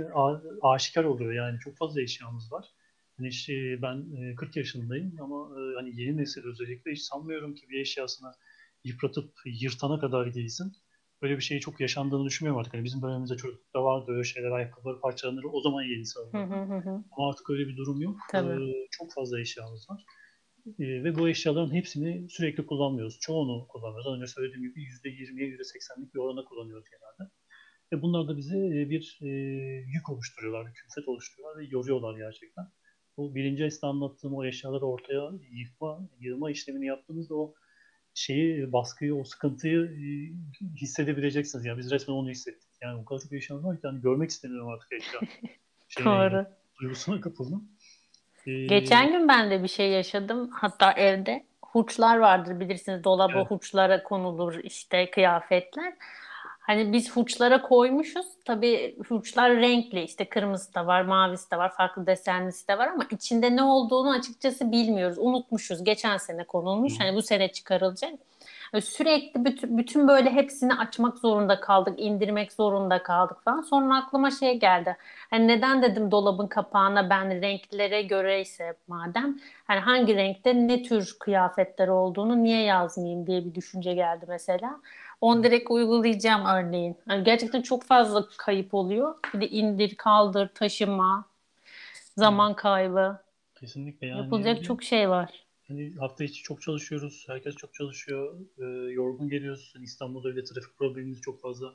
aşikar oluyor, yani çok fazla eşyamız var. Hani işte ben 40 yaşındayım ama hani yeni nesil özellikle hiç sanmıyorum ki bir eşyasını yıpratıp yırtana kadar giysin. Böyle bir şey çok yaşandığını düşünmüyorum artık. Hani bizim dönemimizde çocuklukta vardı öyle şeyler, ayakkabıları parçalanır, o zaman yenisi Hı hı alınırdı. hı. Hı. Ama artık öyle bir durum yok. Tabii. Çok fazla eşyamız var. Ve bu eşyaların hepsini sürekli kullanmıyoruz. Çoğunu kullanıyoruz. Az önce söylediğim gibi %20'ye %80'lik bir oranda kullanıyoruz genelde. Ve bunlar da bize bir yük oluşturuyorlar, bir külfet oluşturuyorlar ve yoruyorlar gerçekten. Bu birinci esnada anlattığım o eşyaları ortaya yığma işlemini yaptığınızda o şeyi, baskıyı, o sıkıntıyı hissedebileceksiniz. Yani biz resmen onu hissettik. Yani o kadar çok eşya var ki yani görmek istemiyorum artık eşya şeyine, Doğru. duygusuna kapıldım. E, Geçen gün ben de bir şey yaşadım. Hatta evde hurçlar vardır, bilirsiniz. Dolaba evet. hurçlara konulur işte kıyafetler. Hani biz hurçlara koymuşuz. Tabii hurçlar renkli, işte kırmızısı da var, mavisi de var, farklı desenlisi de var ama içinde ne olduğunu açıkçası bilmiyoruz. Unutmuşuz. Geçen sene konulmuş. Hı. Hani bu sene çıkarılacak. Sürekli bütün böyle hepsini açmak zorunda kaldık, indirmek zorunda kaldık falan. Sonra aklıma şey geldi. Hani neden dedim dolabın kapağına ben renklere göre ise madem, hani hangi renkte ne tür kıyafetler olduğunu niye yazmayayım diye bir düşünce geldi mesela. Onu direkt uygulayacağım örneğin. Hani gerçekten çok fazla kayıp oluyor. Bir de indir, kaldır, taşıma, Evet. zaman kaybı. Kesinlikle, yani Yapılacak çok şey var. hani hafta içi çok çalışıyoruz. Herkes çok çalışıyor. Yorgun geliyoruz. Hani İstanbul'da bile trafik problemimiz çok fazla.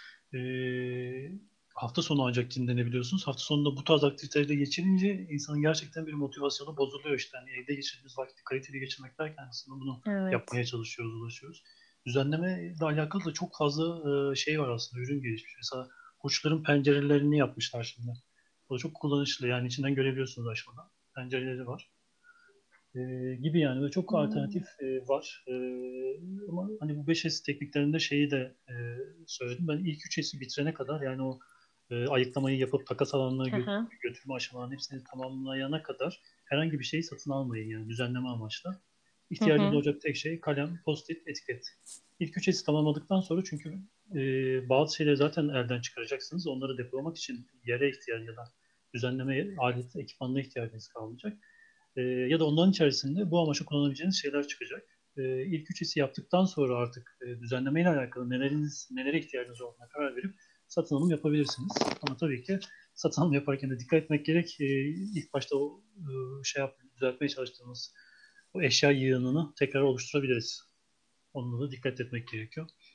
Hafta sonu ancak dinlenebiliyorsunuz. Hafta sonunda bu tarz aktiviteleri de geçirince insanın gerçekten bir motivasyonu bozuluyor işte. Hani evde geçirdiğimiz vakti kaliteli geçirmek derken aslında bunu Evet. yapmaya çalışıyoruz, ulaşıyoruz. Düzenleme ile alakalı da çok fazla şey var aslında, ürün gelişmiş. Mesela uçların pencerelerini yapmışlar şimdi. O da çok kullanışlı, yani içinden görebiliyorsunuz aşağıdan. Pencereleri var. Gibi yani böyle çok Hmm. alternatif var. Ama hani bu 5S tekniklerinde şeyi de söyledim. Ben ilk 3S'i bitirene kadar, yani o ayıklamayı yapıp takas alanına Hı hı. götürme aşamalarının hepsini tamamlayana kadar herhangi bir şeyi satın almayın, yani düzenleme amaçlı. Hı İhtiyacınız hı. olacak tek şey kalem, post-it, etiket. İlk 3S'i tamamladıktan sonra, çünkü bazı şeyleri zaten elden çıkaracaksınız. Onları depolamak için yere ihtiyaç ya da düzenleme aleti, ekipmanına ihtiyacınız kalmayacak. Ya da onların içerisinde bu amaçla kullanabileceğiniz şeyler çıkacak. İlk üç hissi yaptıktan sonra artık düzenleme ile alakalı nelere ihtiyacınız olduğuna karar verip satın alım yapabilirsiniz. Ama tabii ki satın alım yaparken de dikkat etmek gerek. İlk başta o düzeltmeye çalıştığımız o eşya yığınını tekrar oluşturabiliriz. Onunla da dikkat etmek gerekiyor.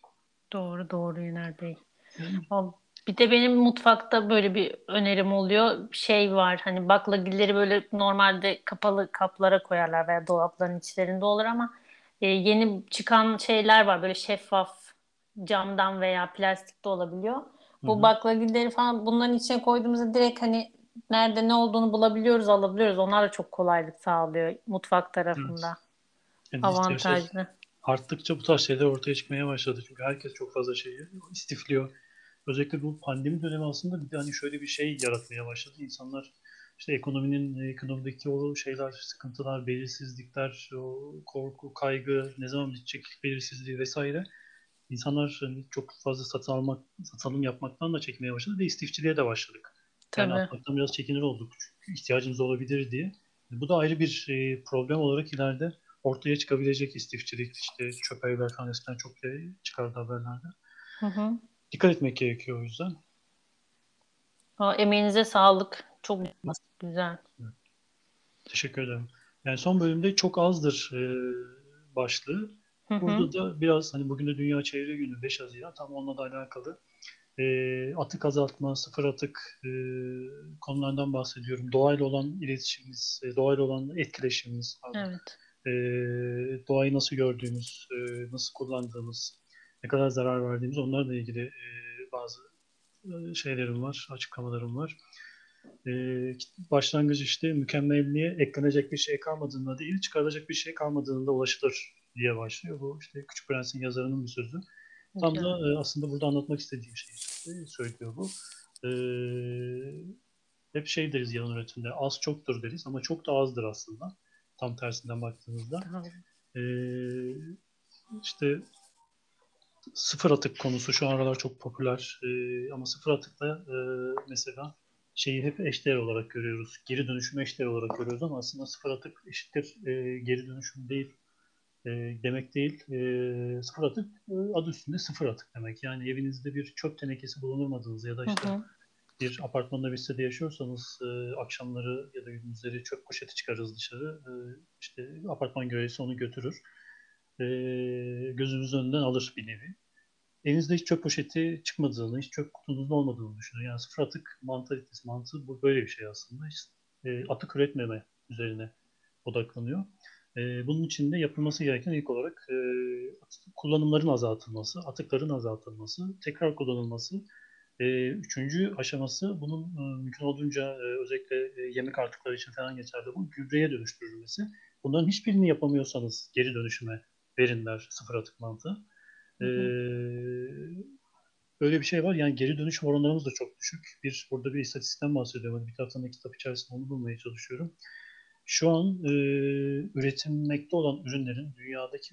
Doğru doğru Yener Bey. Yani, Ama bir de benim mutfakta böyle bir önerim oluyor. Şey var hani baklagilleri böyle normalde kapalı kaplara koyarlar veya dolapların içlerinde olur ama yeni çıkan şeyler var böyle şeffaf camdan veya plastikte olabiliyor. hı Bu hı. baklagilleri falan bunların içine koyduğumuzda direkt hani nerede ne olduğunu bulabiliyoruz, alabiliyoruz. Onlar da çok kolaylık sağlıyor mutfak Evet. tarafında. Yani ihtiyaçlar Avantajlı. arttıkça bu tarz şeyler ortaya çıkmaya başladı. Çünkü herkes çok fazla şeyi istifliyor. Özellikle bu pandemi dönemi aslında bir de hani şöyle bir şey yaratmaya başladı. İnsanlar işte ekonomideki o şeyler, sıkıntılar, belirsizlikler, o korku, kaygı, ne zaman bitecek belirsizliği vesaire. İnsanlar hani çok fazla satın alım yapmaktan da çekmeye başladı ve istifçiliğe de başladık. Yani Tabii. atmaktan biraz çekinir olduk çünkü ihtiyacımız olabilir diye. Bu da ayrı bir problem olarak ileride ortaya çıkabilecek istifçilik, işte çöp evler falan eskiden çok çıkardı haberlerde. Hı hı. Dikkat etmek gerekiyor o yüzden. Emeğinize sağlık. Çok güzel. Evet, teşekkür ederim. Yani son bölümde çok azdır başlığı. Hı hı. Burada da biraz hani bugün de Dünya Çevre Günü 5 Haziran tam onunla da alakalı atık azaltma, sıfır atık konulardan bahsediyorum. Doğayla olan iletişimimiz, doğayla olan etkileşimimiz, pardon. Evet. E, Doğayı nasıl gördüğümüz, nasıl kullandığımız, ne kadar zarar verdiğimiz onlarla ilgili bazı şeylerim var, açıklamalarım var. E, Başlangıç işte mükemmelliğe eklenecek bir şey kalmadığında değil, çıkarılacak bir şey kalmadığında ulaşılır diye başlıyor. Bu işte Küçük Prens'in yazarının bir sözü. Tam da Güzel. aslında burada anlatmak istediğim şeyi söylüyor bu. E, Hep şey deriz yalan üretimde, az çoktur deriz ama çok da azdır aslında. Tam tersinden baktığımızda. Tamam. E, işte sıfır atık konusu şu aralar çok popüler. Ama sıfır atıkla mesela şeyi hep eşdeğer olarak görüyoruz. Geri dönüşümü eşdeğer olarak görüyoruz ama aslında sıfır atık eşittir geri dönüşüm değil demek değil. Sıfır atık adı üstünde sıfır atık demek. Yani evinizde bir çöp tenekesi bulundurmadığınız ya da Hı işte hı. bir apartmanda bir sitede yaşıyorsanız akşamları ya da gündüzleri çöp poşeti çıkarırız dışarı. İşte apartman görevlisi onu götürür. E, Gözünüzün önünden alır bir nevi. Elinizde hiç çöp poşeti çıkmadığını, hiç çöp kutunuzun olmadığını düşünün. Yani sıfır atık mantalitesi, mantığı bu böyle bir şey aslında. Hiç, atık üretmeme üzerine odaklanıyor. Bunun için de yapılması gereken ilk olarak kullanımların azaltılması, atıkların azaltılması, tekrar kullanılması. Üçüncü aşaması bunun mümkün olduğunca özellikle yemek artıkları için falan geçerli bu gübreye dönüştürülmesi. Bunların hiçbirini yapamıyorsanız geri dönüşüme verin sıfır atık mantığı. Hı Ee, hı. Öyle bir şey var. Yani geri dönüşüm oranlarımız da çok düşük. Burada bir istatistikten bahsediyorum. Hani bir taraftan da kitap içerisinde onu bulmaya çalışıyorum. Şu an üretilmekte olan ürünlerin, dünyadaki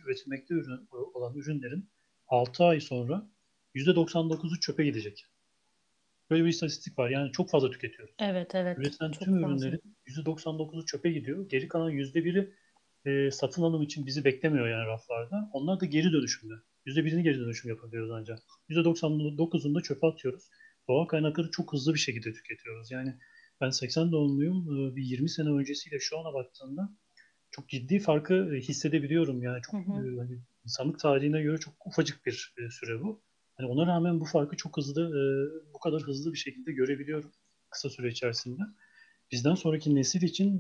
olan ürünlerin 6 ay sonra %99'u çöpe gidecek. Böyle bir istatistik var. Yani çok fazla tüketiyoruz. Evet evet. Üretilen tüm Çok fazla. ürünlerin %99'u çöpe gidiyor. Geri kalan %1'i satın alım için bizi beklemiyor yani raflarda. Onlar da geri dönüşümde. %1'ini geri dönüşüm yapabiliyoruz ancak. %99'unu da çöpe atıyoruz. Doğal kaynakları çok hızlı bir şekilde tüketiyoruz. Yani ben 80 doğumluyum. Bir 20 sene öncesiyle şu ana baktığımda çok ciddi farkı hissedebiliyorum. Yani Hı çok hı. hani insanlık tarihine göre çok ufacık bir süre bu. Hani ona rağmen bu farkı çok hızlı, bu kadar hızlı bir şekilde görebiliyorum kısa süre içerisinde. Bizden sonraki nesil için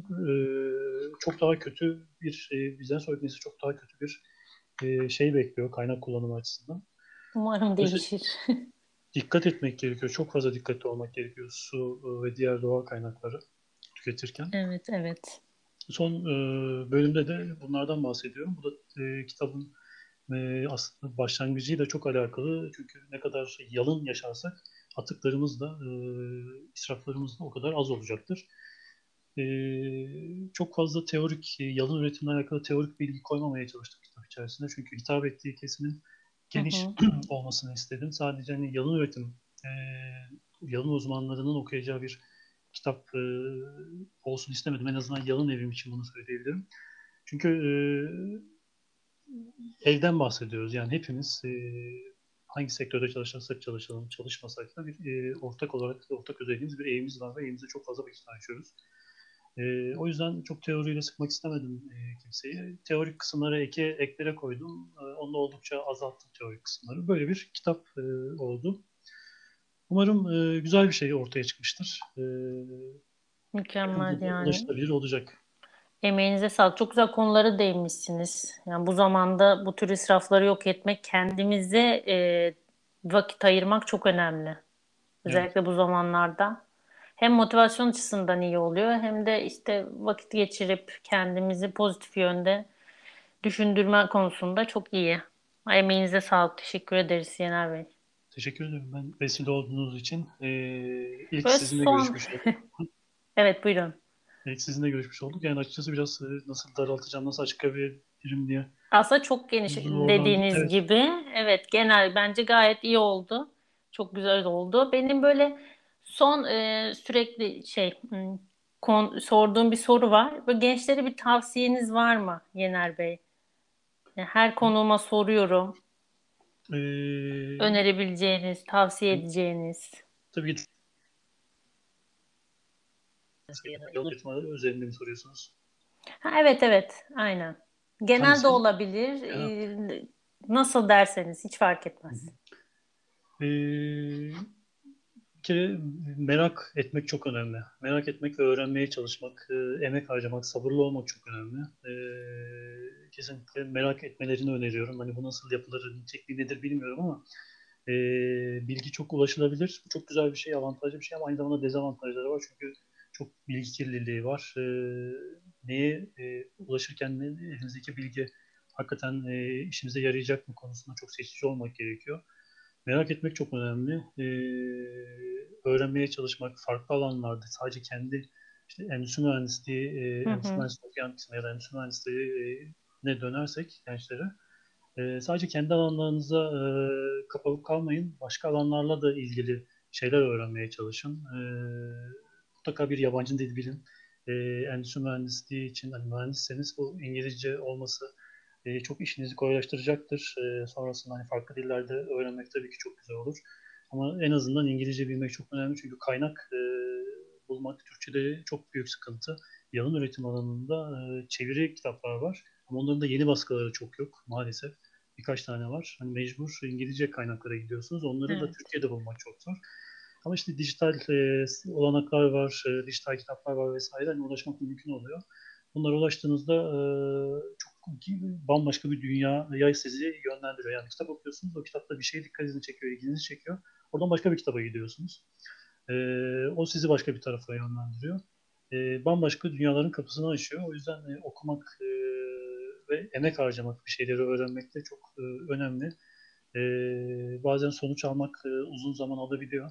çok daha kötü bizden sonraki nesil çok daha kötü bir şey bekliyor kaynak kullanımı açısından. Umarım O yüzden değişir. dikkat etmek gerekiyor. Çok fazla dikkatli olmak gerekiyor su ve diğer doğal kaynakları tüketirken. Evet evet. Son bölümde de bunlardan bahsediyorum. Bu da kitabın aslında başlangıcıyla çok alakalı. Çünkü ne kadar yalın yaşarsak atıklarımız da israflarımız da o kadar az olacaktır. Çok fazla teorik, yalın üretimle alakalı teorik bilgi koymamaya çalıştım kitap içerisinde. Çünkü hitap ettiği kesimin Hı geniş hı. olmasını istedim. Sadece hani yalın üretim, yalın uzmanlarının okuyacağı bir kitap olsun istemedim. En azından yalın evim için bunu söyleyebilirim. Çünkü evden bahsediyoruz. Yani hepimiz hangi sektörde çalışırsak çalışalım, çalışmasak da bir ortak olarak ortak özelliğimiz bir evimiz var ve evimizde çok fazla vakit harcıyoruz. O yüzden çok teoriyle sıkmak istemedim kimseyi. Teorik kısımlara eklere koydum. Onunla oldukça azalttım teorik kısımları. Böyle bir kitap oldu. Umarım güzel bir şey ortaya çıkmıştır. Mükemmel Yakında da yani. ulaşılabilir olacak. Emeğinize sağlık. Çok güzel konulara değinmişsiniz. Yani bu zamanda bu tür israfları yok etmek, kendimize vakit ayırmak çok önemli. Evet, Özellikle bu zamanlarda. Hem motivasyon açısından iyi oluyor hem de işte vakit geçirip kendimizi pozitif yönde düşündürme konusunda çok iyi. Emeğinize sağlık. Teşekkür ederiz Yener Bey. teşekkür ederim ben vesile olduğunuz için. İlk Böyle sizinle son... görüşmüş olduk. Evet, buyurun. İlk sizinle görüşmüş olduk. Yani açıkçası biraz nasıl daraltacağım, nasıl açıklayabilirim diye Aslında çok geniş zorlandım. dediğiniz Evet. gibi. Evet, genel bence gayet iyi oldu. Çok güzel oldu. Benim böyle son sürekli sorduğum bir soru var. Böyle gençlere bir tavsiyeniz var mı Yener Bey? Yani her konuğuma soruyorum. Ee, Önerebileceğiniz, tavsiye edeceğiniz. tabii ki yol etme üzerinde mi soruyorsunuz? Ha, evet evet, aynen. Genel de Hangisi? olabilir. Yani, Nasıl derseniz hiç fark hı etmez. hı. Bir kere merak etmek çok önemli. Merak etmek ve öğrenmeye çalışmak, emek harcamak, sabırlı olmak çok önemli. Kesinlikle merak etmelerini öneriyorum. Hani bu nasıl yapılır, tekniği nedir bilmiyorum ama e, bilgi çok ulaşılabilir. Bu çok güzel bir şey, avantajlı bir şey ama aynı zamanda dezavantajları var. Çünkü çok bilgi kirliliği var. Neye ulaşırken elinizdeki bilgi hakikaten işimize yarayacak mı konusunda çok seçici olmak gerekiyor. Merak etmek çok önemli. Öğrenmeye çalışmak farklı alanlarda sadece kendi işte endüstri mühendisliği, Hı endüstri hı. mühendisliği okuyan kısmı ya da endüstri mühendisliği ne dönersek gençlere sadece kendi alanlarınıza kapalı kalmayın. Başka alanlarla da ilgili şeyler öğrenmeye çalışın. Mutlaka bir yabancı dil bilin. Endüstri mühendisliği için hani mühendisseniz bu İngilizce olması çok işinizi kolaylaştıracaktır. Sonrasında hani farklı dillerde öğrenmek tabii ki çok güzel olur. Ama en azından İngilizce bilmek çok önemli çünkü kaynak bulmak Türkçe'de çok büyük sıkıntı. Yalın üretim alanında çeviri kitaplar var. Ama onların da yeni baskıları çok yok maalesef. Birkaç tane var. Hani mecbur İngilizce kaynaklara gidiyorsunuz. Onları da Evet. Türkiye'de bulmak çok zor. Ama işte dijital olanaklar var, dijital kitaplar var vesaire. Hani ulaşmak mümkün oluyor. Bunlara ulaştığınızda çok bambaşka bir dünyaya sizi yönlendiriyor. Yani kitap okuyorsunuz, o kitapta bir şey dikkatinizi çekiyor, ilginizi çekiyor. Oradan başka bir kitaba gidiyorsunuz. O sizi başka bir tarafa yönlendiriyor. Bambaşka dünyaların kapısını açıyor. O yüzden okumak ve emek harcamak bir şeyleri öğrenmek de çok önemli. Bazen sonuç almak uzun zaman alabiliyor.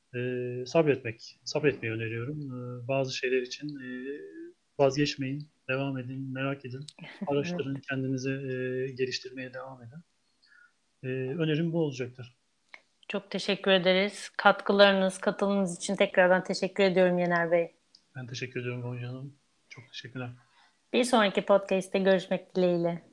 Sabretmeyi öneriyorum. Bazı şeyler için vazgeçmeyin, devam edin, merak edin, Evet. araştırın, kendinizi geliştirmeye devam edin. Önerim bu olacaktır. Çok teşekkür ederiz. Katkılarınız, katılımınız için tekrardan teşekkür ediyorum Yener Bey. Ben teşekkür ediyorum Gonca Hanım. Çok teşekkürler. Bir sonraki podcast'te görüşmek dileğiyle.